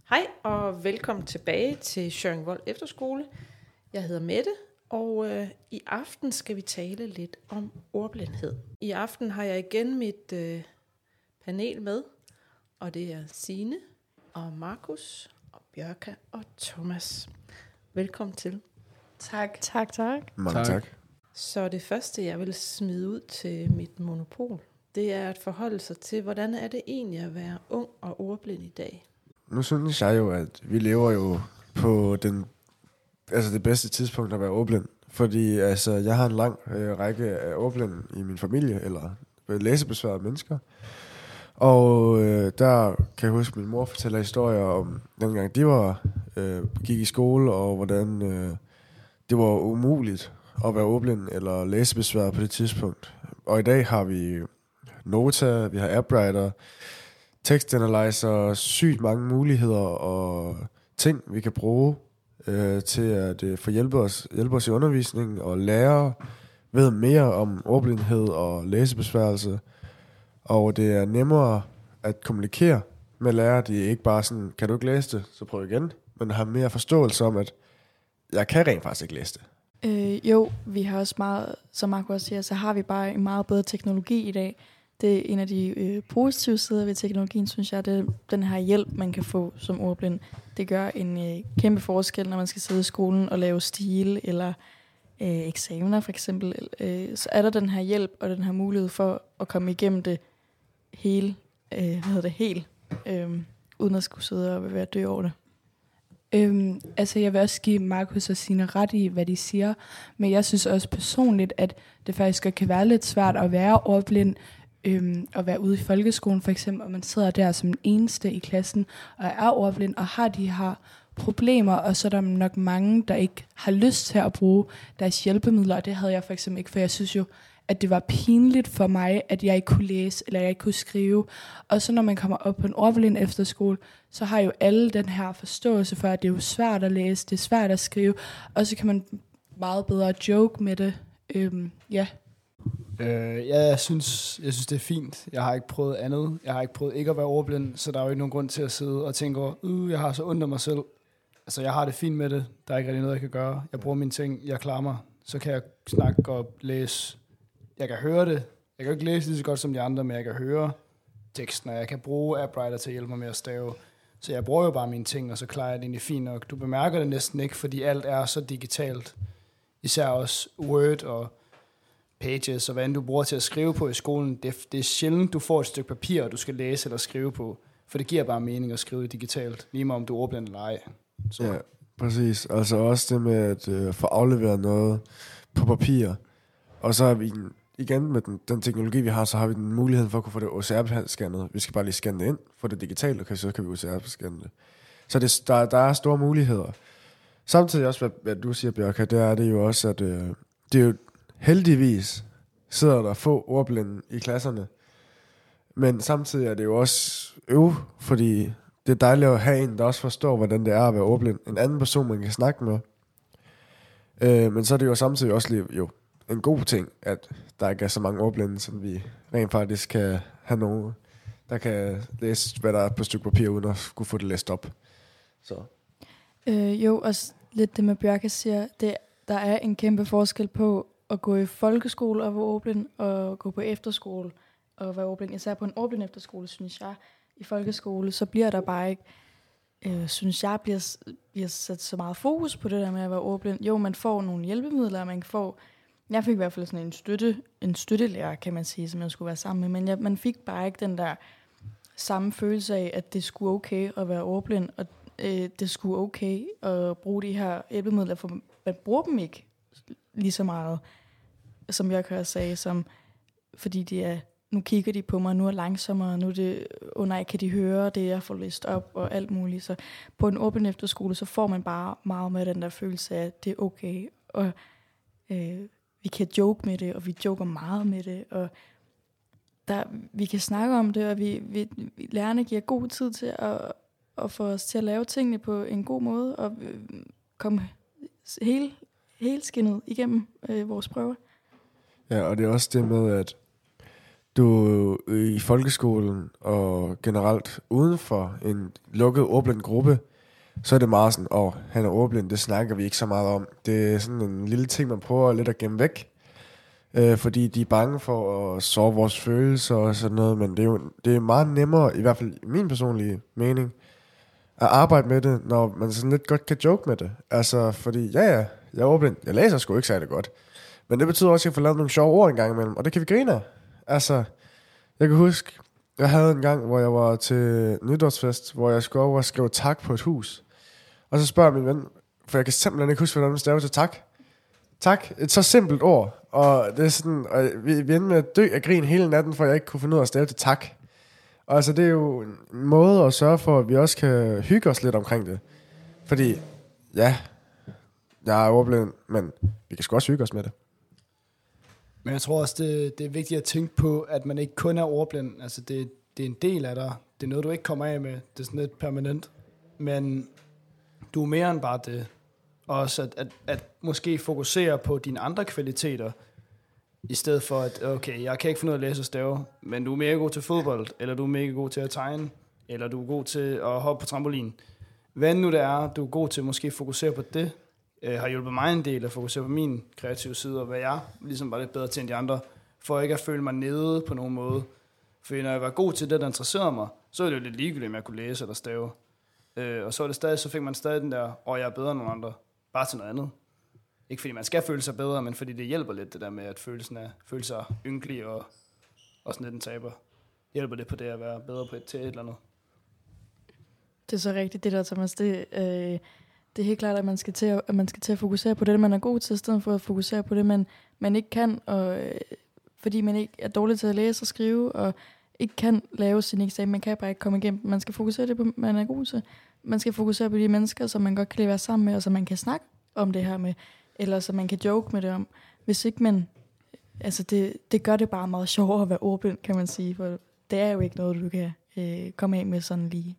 Hej og velkommen tilbage til Schøringvold Efterskole. Jeg hedder Mette, og i aften skal vi tale lidt om ordblindhed. I aften har jeg igen mit panel med, og det er Signe og Markus og Bjørka og Thomas. Velkommen til. Tak. Mange tak. Så det første, jeg vil smide ud til mit monopol, det er at forholde sig til, hvordan er det egentlig at være ung og ordblind i dag? Nu synes jeg jo, at vi lever jo på det bedste tidspunkt at være ordblind. Fordi jeg har en lang række af ordblinde i min familie, eller læsebesværede mennesker. Og der kan jeg huske, at min mor fortæller historier om, dengang de gik i skole, og hvordan det var umuligt at være ordblind eller læsebesværet på det tidspunkt. Og i dag har vi Nota, vi har AppWriter, tekstanalyzer, sygt mange muligheder og ting, vi kan bruge til at få hjælpe os i undervisningen, og lære ved mere om ordblindhed og læsebesværelse. Og det er nemmere at kommunikere med lærere. De er ikke bare sådan, kan du ikke læse det, så prøv igen. Men har mere forståelse om, at jeg kan rent faktisk ikke læse det. Jo, vi har også meget, som Marco også siger, så har vi bare en meget bedre teknologi i dag. Det er en af de positive sider ved teknologien, synes jeg, det er den her hjælp, man kan få som ordblind. Det gør en kæmpe forskel, når man skal sidde i skolen og lave stil eller eksamener for eksempel. Så er der den her hjælp og den her mulighed for at komme igennem det hele, uden at skulle sidde og være dø over det. Jeg vil også give Markus og Signe ret i, hvad de siger, men jeg synes også personligt, at det faktisk godt kan være lidt svært at være ordblind, at være ude i folkeskolen for eksempel, og man sidder der som den eneste i klassen og er ordblind og har de her problemer, og så er der nok mange, der ikke har lyst til at bruge deres hjælpemidler, og det havde jeg for eksempel ikke, for jeg synes jo, at det var pinligt for mig, at jeg ikke kunne læse, eller jeg ikke kunne skrive. Og så når man kommer op på en ordblind efterskole, så har jo alle den her forståelse for, at det er jo svært at læse, det er svært at skrive, og så kan man meget bedre joke med det. Jeg synes, det er fint. Jeg har ikke prøvet andet. Jeg har ikke prøvet ikke at være ordblind, så der er jo ikke nogen grund til at sidde og tænke over, jeg har så ondt af mig selv. Altså, jeg har det fint med det. Der er ikke rigtig noget, jeg kan gøre. Jeg bruger mine ting, jeg klarer mig. Så kan jeg snakke og læse. Jeg kan høre det. Jeg kan jo ikke læse lige så godt som de andre, men jeg kan høre teksten, og jeg kan bruge AppWriter til at hjælpe mig med at stave. Så jeg bruger jo bare mine ting, og så klarer jeg det egentlig fint nok. Du bemærker det næsten ikke, fordi alt er så digitalt. Især også Word og Pages, og hvad du bruger til at skrive på i skolen. Det er sjældent, du får et stykke papir, du skal læse eller skrive på. For det giver bare mening at skrive digitalt, lige meget om du er ordblind eller ej. Så. Ja, præcis. Altså også det med at få afleveret noget på papir. Og så har vi igen med den teknologi, vi har, så har vi den mulighed for at kunne få det OCR-scannet. Vi skal bare lige scanne det ind, få det digitalt, og så kan vi OCR-scanne det. Så der er store muligheder. Samtidig også, hvad du siger, Bjørka, det er det jo også, at det er jo heldigvis sidder der få ordblinde i klasserne. Men samtidig er det jo også fordi det er dejligt at have en, der også forstår, hvordan det er at være ordblind. En anden person, man kan snakke med. Men så er det jo samtidig også en god ting, at der ikke er så mange ordblinde, som vi rent faktisk kan have nogen, der kan læse, hvad der er på et stykke papir, uden at skulle få det læst op. Så. Også lidt det med Bjørke siger, der er en kæmpe forskel på at gå i folkeskole og være ordblind, og gå på efterskole og være ordblind. Især på en ordblind efterskole, synes jeg. I folkeskole, så bliver der bare ikke, synes jeg, bliver sat så meget fokus på det der med at være ordblind. Jo, man får nogle hjælpemidler, jeg fik i hvert fald sådan en støttelærer, kan man sige, som jeg skulle være sammen med, men man fik bare ikke den der samme følelse af, at det skulle okay at være ordblind, og det skulle okay at bruge de her hjælpemidler, for man bruger dem ikke lige så meget, som jeg kan sige, fordi nu kigger de på mig, nu er langsommere, nu er det, nej, kan de høre det, jeg får læst op og alt muligt. Så på en åben efterskole, så får man bare meget med den der følelse af, at det er okay, og vi kan joke med det, og vi joker meget med det, og vi kan snakke om det, og vi lærerne giver god tid til at få os til at lave tingene på en god måde, og komme helt skinnet igennem vores prøver. Ja, og det er også det med, at du i folkeskolen og generelt uden for en lukket ordblind gruppe, så er det meget sådan, han er ordblind, det snakker vi ikke så meget om. Det er sådan en lille ting, man prøver lidt at gemme væk, fordi de er bange for at såre vores følelser og sådan noget, men det er meget nemmere, i hvert fald i min personlige mening, at arbejde med det, når man sådan lidt godt kan joke med det. Altså, fordi jeg er ordblind, jeg læser sgu ikke særlig godt, men det betyder også, at jeg får lavet nogle sjove ord en gang imellem, og det kan vi grine af. Altså, jeg kan huske, jeg havde en gang, hvor jeg var til nytårsfest, hvor jeg skulle over og skrive tak på et hus. Og så spørger min ven, for jeg kan simpelthen ikke huske, hvordan man staver til tak. Tak, et så simpelt ord. Og det er sådan, og vi endte med at dø af grin hele natten, for jeg ikke kunne finde ud af at stave til tak. Og altså, det er jo en måde at sørge for, at vi også kan hygge os lidt omkring det. Fordi, ja, jeg er ordblind, men vi kan sgu også hygge os med det. Men jeg tror også, det er vigtigt at tænke på, at man ikke kun er ordblind. Altså, det er en del af dig. Det er noget, du ikke kommer af med. Det er sådan lidt permanent. Men du er mere end bare det. Også at måske fokusere på dine andre kvaliteter, i stedet for at, okay, jeg kan ikke finde ud af at læse og stave, men du er mega god til fodbold, eller du er mega god til at tegne, eller du er god til at hoppe på trampolin. Hvad nu det er, du er god til måske fokusere på det, har hjulpet mig en del at fokusere på min kreative side, og hvad jeg ligesom var lidt bedre til end de andre, for ikke at føle mig nede på nogen måde. For når jeg var god til det, der interesserede mig, så var det jo lidt ligegyldigt, om jeg kunne læse eller stave. Og så fik man stadig den der, jeg er bedre end nogle andre, bare til noget andet. Ikke fordi man skal føle sig bedre, men fordi det hjælper lidt, det der med, at føle sig ynkelig og sådan lidt en taber. Hjælper det på det at være bedre på til et eller andet. Det er så rigtigt, det der, Thomas. Det er helt klart, at man skal til at fokusere på det, man er god til, i stedet for at fokusere på det, man ikke kan, og fordi man ikke er dårlig til at læse og skrive, og ikke kan lave sin eksamen. Man kan bare ikke komme igennem. Man skal fokusere det på, man er god til. Man skal fokusere på de mennesker, som man godt kan lide være sammen med, og som man kan snakke om det her med, eller så man kan joke med det om. Hvis ikke man... Altså, det gør det bare meget sjovere at være ordblind, kan man sige, for det er jo ikke noget, du kan komme af med sådan lige.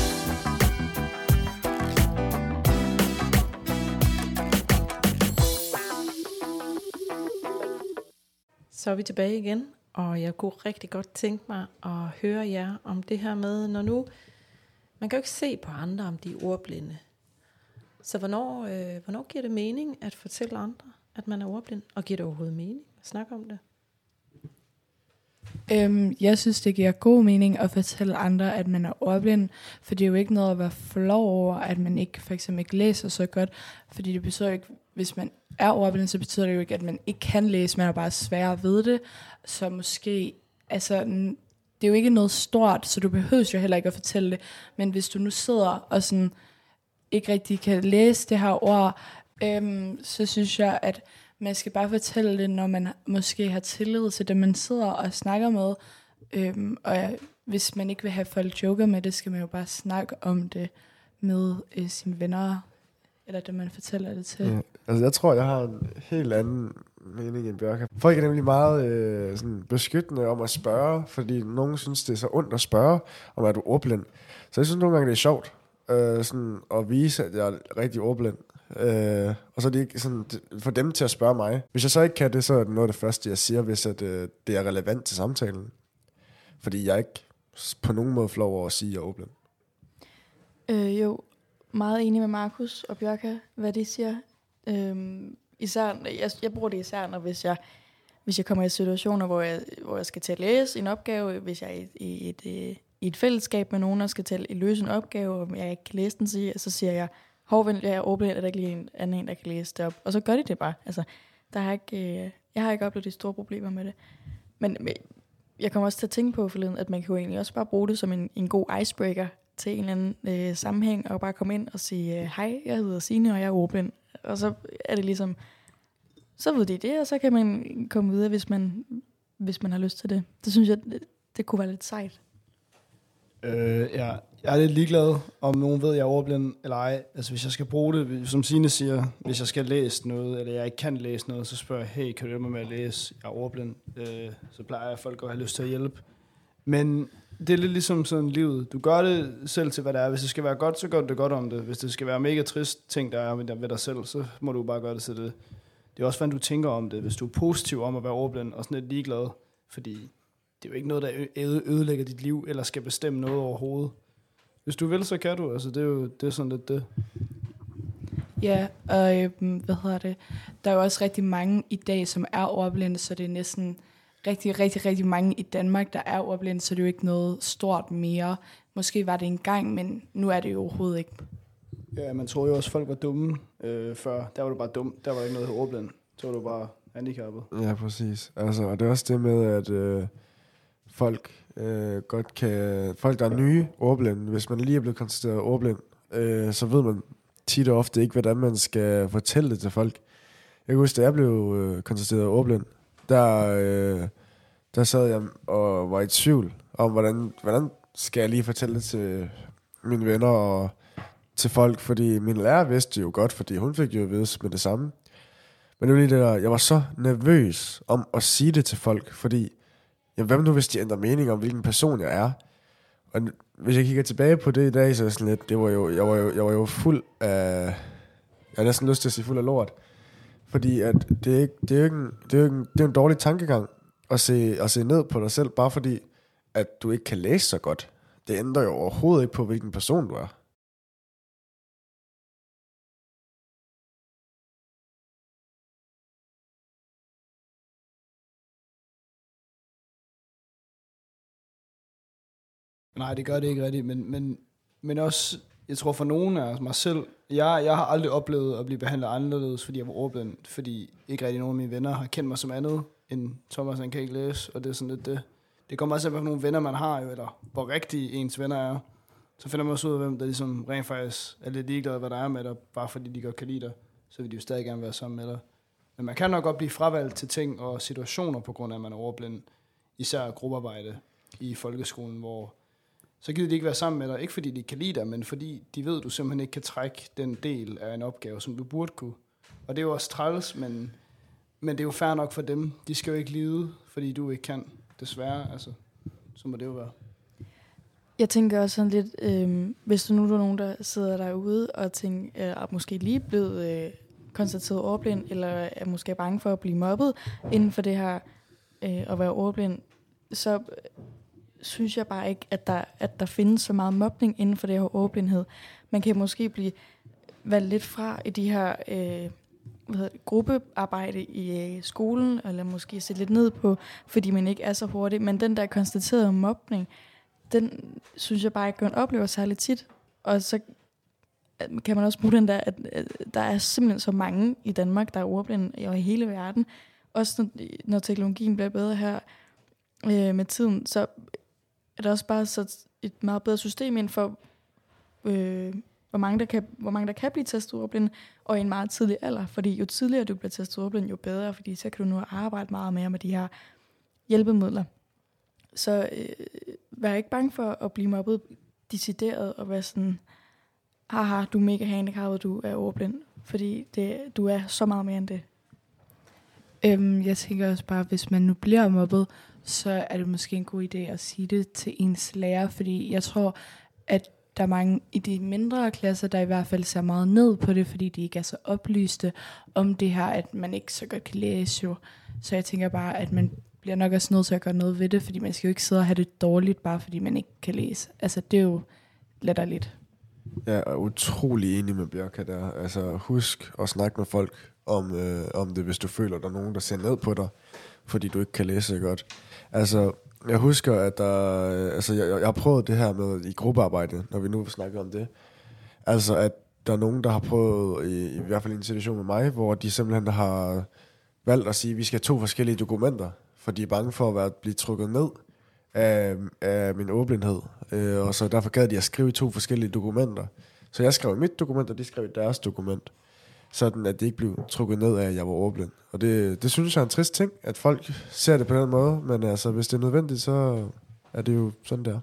Så er vi tilbage igen, og jeg kunne rigtig godt tænke mig at høre jer om det her med, når nu... Man kan jo ikke se på andre, om de er ordblinde. Så hvornår giver det mening at fortælle andre, at man er ordblind? Og giver det overhovedet mening at snakke om det? Jeg synes, det giver god mening at fortælle andre, at man er ordblind. For det er jo ikke noget at være flov over, at man ikke for eksempel ikke læser så godt. Fordi det betyder ikke, hvis man er ordblind, så betyder det jo ikke, at man ikke kan læse. Man er bare svær at vide det. Så måske... Altså, det er jo ikke noget stort, så du behøver jo heller ikke at fortælle det. Men hvis du nu sidder og sådan ikke rigtig kan læse det her ord, så synes jeg, at man skal bare fortælle det, når man måske har tillid til det, man sidder og snakker med. Og hvis man ikke vil have folk joker med det, skal man jo bare snakke om det med sine venner, eller det, man fortæller det til. Ja. Altså, jeg tror, jeg har en helt anden mening end Bjørk. Folk er nemlig meget sådan beskyttende om at spørge, fordi nogen synes, det er så ondt at spørge, om er du ordblind. Så jeg synes nogle gange, det er sjovt sådan at vise, at jeg er rigtig ordblind. Og så er det ikke sådan, for dem til at spørge mig. Hvis jeg så ikke kan det, så er det noget af det første, jeg siger, hvis at, det er relevant til samtalen. Fordi jeg er ikke på nogen måde flov over at sige, at jeg er ordblind. Jo, meget enig med Markus og Bjørka, hvad de siger. Især, jeg bruger det især, når hvis jeg kommer i situationer, hvor jeg skal til at læse en opgave, hvis jeg er i et fællesskab med nogen, der skal til at løse en opgave, og jeg ikke kan læse den, så siger jeg, vent, jeg er ordblind, er der ikke lige en anden, der kan læse det op. Og så gør de det bare. Altså, jeg har ikke oplevet de store problemer med det. Men jeg kommer også til at tænke på forleden, at man kan jo egentlig også bare bruge det som en god icebreaker til en eller anden sammenhæng, og bare komme ind og sige, hej, jeg hedder Signe, og jeg er ordblind. Og så er det ligesom, så ved de det, og så kan man komme videre, hvis man har lyst til det. Det synes jeg, det kunne være lidt sejt. Jeg er lidt ligeglad, om nogen ved, at jeg er ordblind eller ej. Altså hvis jeg skal bruge det, som Signe siger, hvis jeg skal læse noget, eller jeg ikke kan læse noget, så spørger jeg, hey, kan du hjælpe mig med at læse? Jeg er ordblind. Så plejer jeg folk at have lyst til at hjælpe. Men det er lidt ligesom sådan livet. Du gør det selv til, hvad det er. Hvis det skal være godt, så gør du det godt om det. Hvis det skal være mega trist ting, der er ved dig selv, så må du bare gøre det til det. Det er også, hvordan du tænker om det. Hvis du er positiv om at være ordblind og sådan lidt ligeglad, fordi det er jo ikke noget, der ødelægger dit liv, eller skal bestemme noget overhovedet. Hvis du vil, så kan du. Altså, det er sådan lidt det. Ja, og der er jo også rigtig mange i dag, som er ordblinde, så det er næsten rigtig mange i Danmark, der er ordblinde, så det er jo ikke noget stort mere. Måske var det engang, men nu er det jo overhovedet ikke. Ja, man tror jo også, at folk var dumme før. Der var du bare dum. Der var ikke noget ordblind. Så var du bare handicappet. Ja, præcis. Altså, og det er også det med, at folk godt kan... Folk, der er nye ordblinde, hvis man lige er blevet konstateret ordblind, så ved man tit og ofte ikke, hvordan man skal fortælle det til folk. Jeg kan huske, da jeg blev konstateret ordblind, der sad jeg og var i tvivl om, hvordan skal jeg lige fortælle det til mine venner og til folk, fordi min lærer vidste jo godt, fordi hun fik jo at vide med det samme. Men det var lige det der, jeg var så nervøs om at sige det til folk, fordi, jamen, hvad nu hvis de ændrer mening om, hvilken person jeg er? Og hvis jeg kigger tilbage på det i dag, så er det sådan lidt, jeg var jo fuld af, jeg har næsten lyst til at sige fuld af lort, fordi at det er en dårlig tankegang at se ned på dig selv, bare fordi, at du ikke kan læse så godt. Det ændrer jo overhovedet ikke på, hvilken person du er. Nej, det gør det ikke rigtigt, men også, jeg tror for nogen af mig selv, jeg har aldrig oplevet at blive behandlet anderledes, fordi jeg var ordblind, fordi ikke rigtig nogen af mine venner har kendt mig som andet, end Thomas, han kan ikke læse, og det er sådan lidt det. Det kommer også af, hvilke nogle venner man har jo, eller hvor rigtige ens venner er. Så finder man også ud af, hvem der ligesom rent faktisk er lidt ligeglade, hvad der er med dig, bare fordi de godt kan lide dig, så vil de jo stadig gerne være sammen med dig. Men man kan nok godt blive fravalgt til ting og situationer, på grund af, at man er ordblind, især gruppearbejde i folkeskolen, hvor så gider de ikke være sammen med dig, ikke fordi de kan lide dig, men fordi de ved, at du simpelthen ikke kan trække den del af en opgave, som du burde kunne. Og det er jo også træls, men det er jo fair nok for dem. De skal jo ikke lide, fordi du ikke kan, desværre. Altså, så må det jo være. Jeg tænker også sådan lidt, hvis der nu er nogen, der sidder derude og tænker, er måske lige blevet konstateret ordblind, eller er måske bange for at blive mobbet inden for det her at være ordblind, så synes jeg bare ikke, at der findes så meget mobning inden for det her ordblindhed. Man kan måske blive valgt lidt fra i de her gruppearbejde i skolen, eller måske sætte lidt ned på, fordi man ikke er så hurtig. Men den der konstaterede mobning, den synes jeg bare ikke, man oplever særlig tit. Og så kan man også bruge den der, at der er simpelthen så mange i Danmark, der er ordblinde, og i hele verden. Også når teknologien bliver bedre her med tiden, så er der også bare så et meget bedre system inden for, hvor mange der kan blive testet ordblinde, og i en meget tidlig alder. Fordi jo tidligere du bliver testet ordblind, jo bedre, fordi så kan du nu arbejde meget mere med de her hjælpemidler. Så vær ikke bange for at blive mobbet decideret, og være sådan, haha, du er mega handicappet, du er ordblind. Fordi du er så meget mere end det. Jeg tænker også bare, hvis man nu bliver mobbet, så er det måske en god idé at sige det til ens lærer, fordi jeg tror, at der er mange i de mindre klasser, der i hvert fald ser meget ned på det, fordi de ikke er så oplyste om det her, at man ikke så godt kan læse jo. Så jeg tænker bare, at man bliver nok også nødt til at gøre noget ved det, fordi man skal jo ikke sidde og have det dårligt, bare fordi man ikke kan læse. Altså, det er jo latterligt. Jeg er utrolig enig med Bjørka der. Altså, husk at snakke med folk om det, hvis du føler, at der er nogen, der ser ned på dig, fordi du ikke kan læse så godt. Altså, jeg husker, at jeg har prøvet det her med i gruppearbejde, når vi nu snakker om det. Altså, at der er nogen, der har prøvet, i hvert fald i en situation med mig, hvor de simpelthen har valgt at sige, at vi skal have 2 forskellige dokumenter, for de er bange for at blive trykket ned af min ordblindhed. Og så derfor gad de at skrive i 2 forskellige dokumenter. Så jeg skrev i mit dokument, og de skrev i deres dokument. Sådan at det ikke blev trukket ned af, at jeg var ordblind. Og det synes jeg er en trist ting, at folk ser det på den måde. Men altså, hvis det er nødvendigt, så er det jo sådan der.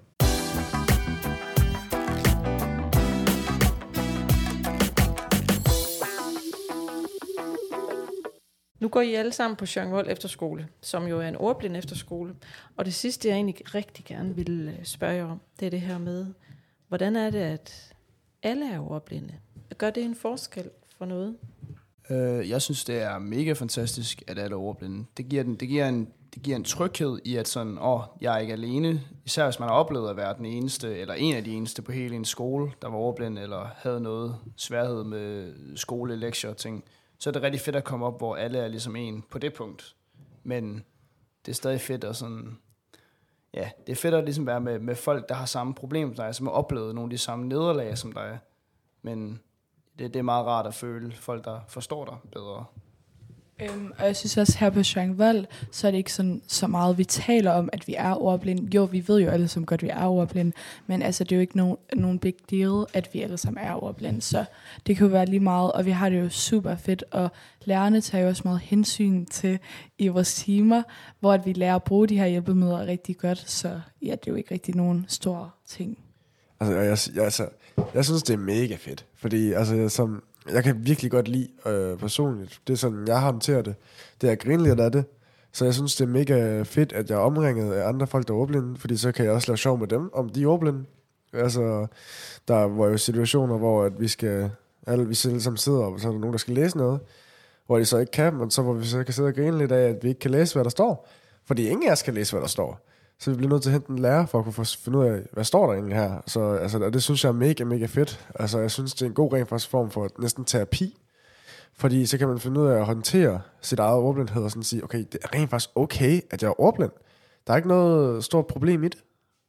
Nu går I alle sammen på Sjørenvold Efterskole, som jo er en ordblind efterskole. Og det sidste, jeg egentlig rigtig gerne vil spørge jer om, det er det her med, hvordan er det, at alle er ordblinde? Gør det en forskel for noget? Jeg synes, det er mega fantastisk, at alle er ordblinde. Det giver en tryghed i, at sådan, jeg er ikke alene. Især hvis man har oplevet at være den eneste, eller en af de eneste på hele en skole, der var ordblind, eller havde noget sværhed med skole, lektier og ting. Så er det rigtig fedt at komme op, hvor alle er ligesom en på det punkt. Men det er stadig fedt at sådan... Ja, det er fedt at ligesom være med folk, der har samme problem som dig, som har oplevet nogle af de samme nederlag som dig. Men det er meget rart at føle folk, der forstår dig bedre. Og jeg synes også her på Sjøring Vold, så er det ikke sådan, så meget, vi taler om, at vi er ordblinde. Jo, vi ved jo alle sammen godt, at vi er ordblinde, men altså, det er jo ikke nogen big deal, at vi alle sammen er ordblinde. Så det kan jo være lige meget, og vi har det jo super fedt, og lærerne tager jo også meget hensyn til i vores timer, hvor at vi lærer at bruge de her hjælpemidler rigtig godt, så ja, det er jo ikke rigtig nogen store ting. Altså, jeg synes, det er mega fedt, fordi jeg kan virkelig godt lide personligt. Det er sådan, jeg håndterer det. Det er grinligt af det. Så jeg synes, det er mega fedt, at jeg er omringet af andre folk, der er ordblinde, fordi så kan jeg også lave sjov med dem, om de er ordblinde. Altså, der var jo situationer, hvor at vi selv som sidder, og så er der nogen, der skal læse noget, hvor de så ikke kan, men så hvor vi så kan sidde og grine lidt af, at vi ikke kan læse, hvad der står. Fordi ingen af os kan læse, hvad der står. Så vi bliver nødt til at hente en lærer for at kunne finde ud af, hvad står der egentlig her. Så og det synes jeg er mega, mega fedt. Altså, jeg synes, det er en god form for næsten terapi. Fordi så kan man finde ud af at håndtere sit eget ordblindhed og sådan sige, okay, det er rent faktisk okay, at jeg er ordblind. Der er ikke noget stort problem i det.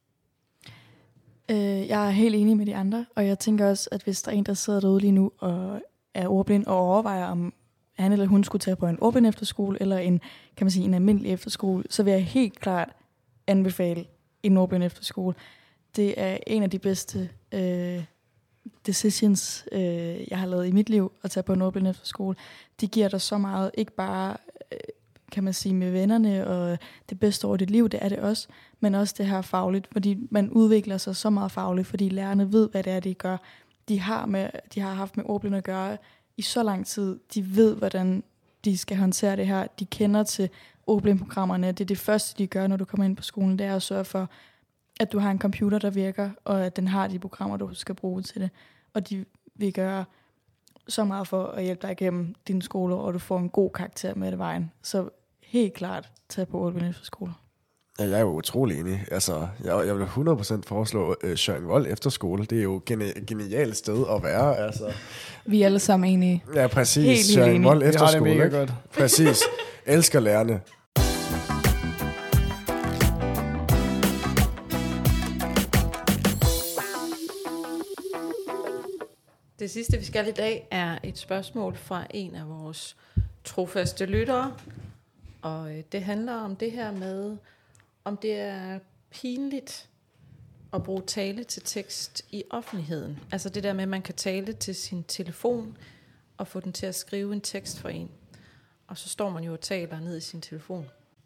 Jeg er helt enig med de andre, og jeg tænker også, at hvis der er en, der sidder derude lige nu og er ordblind og overvejer, om han eller hun skulle tage på en ordblind efterskole eller en almindelig efterskole, så vil jeg helt klart anbefale en ordblind efterskole. Det er en af de bedste decisions, jeg har lavet i mit liv, at tage på en ordblind efterskole. De giver dig så meget, ikke bare kan man sige med vennerne og det bedste over dit liv, det er det også, men også det her fagligt, fordi man udvikler sig så meget fagligt, fordi lærerne ved, hvad det er, de gør. De har haft med ordblinde at gøre i så lang tid. De ved, hvordan de skal håndtere det her. De kender til ordblindprogrammerne. Det er det første, de gør, når du kommer ind på skolen, det er at sørge for, at du har en computer, der virker, og at den har de programmer, du skal bruge til det. Og de vil gøre så meget for at hjælpe dig igennem din skole, og du får en god karakter med det vejen. Så helt klart tag på ordblind efterskole. Ja, jeg er jo utrolig enig. Altså, jeg vil 100% foreslå Sjøring Vold Efterskole. Det er jo et genialt sted at være. Altså. Vi er alle sammen enige. Ja, præcis. Sjøring Vold Efterskole. Det er mega godt. Præcis. Elsker lærerne. Det sidste, vi skal i dag, er et spørgsmål fra en af vores trofaste lyttere. Og det handler om det her med, om det er pinligt at bruge tale til tekst i offentligheden. Altså det der med, at man kan tale til sin telefon og få den til at skrive en tekst for en. Og så står man jo og taler ned i sin telefon.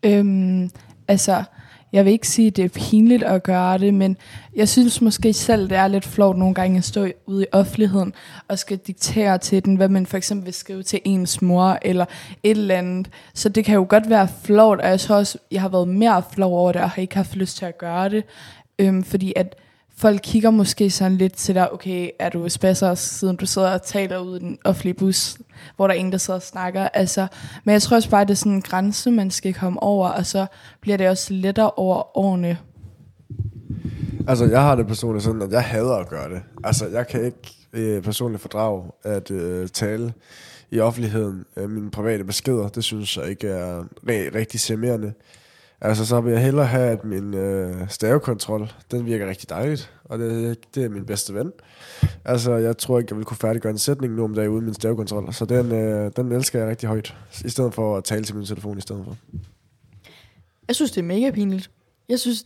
Jeg vil ikke sige, at det er pinligt at gøre det, men jeg synes måske selv, det er lidt flovt nogle gange at stå ude i offentligheden og skal diktere til den, hvad man for eksempel vil skrive til ens mor eller et eller andet. Så det kan jo godt være flovt, og jeg tror også, jeg har været mere flov over det, og har ikke haft lyst til at gøre det, fordi at folk kigger måske sådan lidt til dig, okay, er du spasser, siden du sidder og taler ude i den offentlige bus, hvor der er en, der sidder og snakker. Altså, men jeg tror også bare, det er sådan en grænse, man skal komme over, og så bliver det også lettere over årene. Altså, jeg har det personligt sådan, at jeg hader at gøre det. Altså, jeg kan ikke personligt fordrage at tale i offentligheden mine private beskeder. Det synes jeg ikke er rigtig charmerende. Altså, så vil jeg hellere have, at min stavekontrol, den virker rigtig dejligt, og det er min bedste ven. Altså, jeg tror ikke, jeg vil kunne færdiggøre en sætning nu om dagen uden min stavekontrol, så den elsker jeg rigtig højt, i stedet for at tale til min telefon i stedet for. Jeg synes, det er mega pinligt. Jeg synes,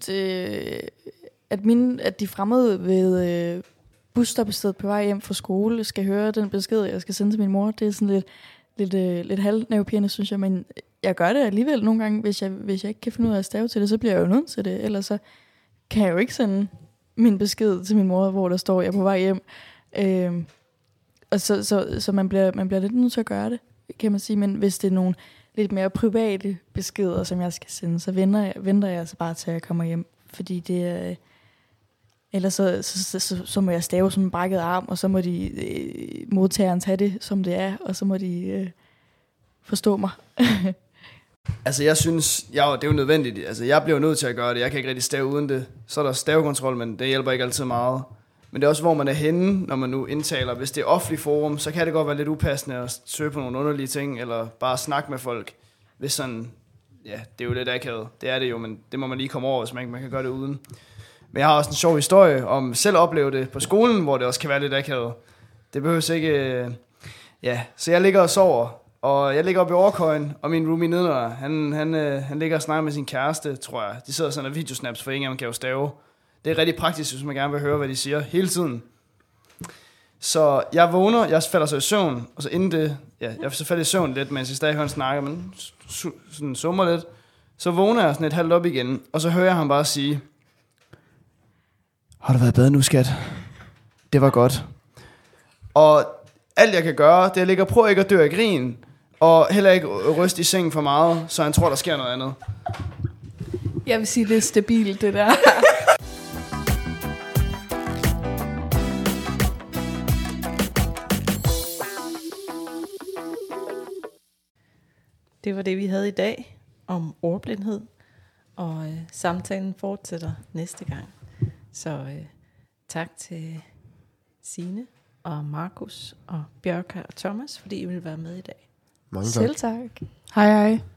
at de fremmede ved busstoppestedet på vej hjem fra skole skal høre den besked, jeg skal sende til min mor. Det er sådan lidt halvnervepirrende, synes jeg, men jeg gør det alligevel nogle gange. Hvis jeg ikke kan finde ud af at stave til det, så bliver jeg jo nødt til det. Ellers så kan jeg jo ikke sende min besked til min mor, hvor der står, jeg er på vej hjem. Og så man bliver lidt nødt til at gøre det, kan man sige. Men hvis det er nogle lidt mere private beskeder, som jeg skal sende, så venter jeg altså bare til, at jeg kommer hjem. Fordi det Ellers så må jeg stave som en brækket arm, og så må de modtageren tage det, som det er, og så må de forstå mig. Altså jeg synes, det er jo nødvendigt. Altså jeg bliver nødt til at gøre det. Jeg kan ikke rigtig stave uden det. Så er der stavekontrol, men det hjælper ikke altid meget. Men det er også, hvor man er henne, når man nu indtaler. Hvis det er offentlig forum, så kan det godt være lidt upassende at søge på nogle underlige ting, eller bare snakke med folk. Hvis sådan, ja, det er jo lidt akavet. Det er det jo, men det må man lige komme over, hvis man kan gøre det uden. Men jeg har også en sjov historie om selv at opleve det på skolen, hvor det også kan være lidt akavet. Det behøves ikke... Ja, så jeg ligger og sover, og jeg ligger oppe i overkøjen, og min roomie nedenunder, han ligger og snakker med sin kæreste, tror jeg. De sidder sådan og videosnaps, for ingen af dem kan jo stave. Det er rigtig praktisk, hvis man gerne vil høre, hvad de siger hele tiden. Så jeg vågner, jeg falder så i søvn, og så inden det, ja, jeg så falder i søvn lidt, mens jeg stadig hører han snakker, men sådan summer lidt. Så vågner jeg sådan et halvt op igen, og så hører jeg ham bare sige, har du været i bad nu, skat? Det var godt. Og alt jeg kan gøre, det er at ligge og prøve ikke at dø af grin, og heller ikke ryste i sengen for meget, så han tror, der sker noget andet. Jeg vil sige, det er stabilt, det der. Det var det, vi havde i dag om ordblindhed, og samtalen fortsætter næste gang. Så tak til Signe og Markus og Bjørka og Thomas, fordi I ville være med i dag. Mange tak. Selv tak. Hej hej.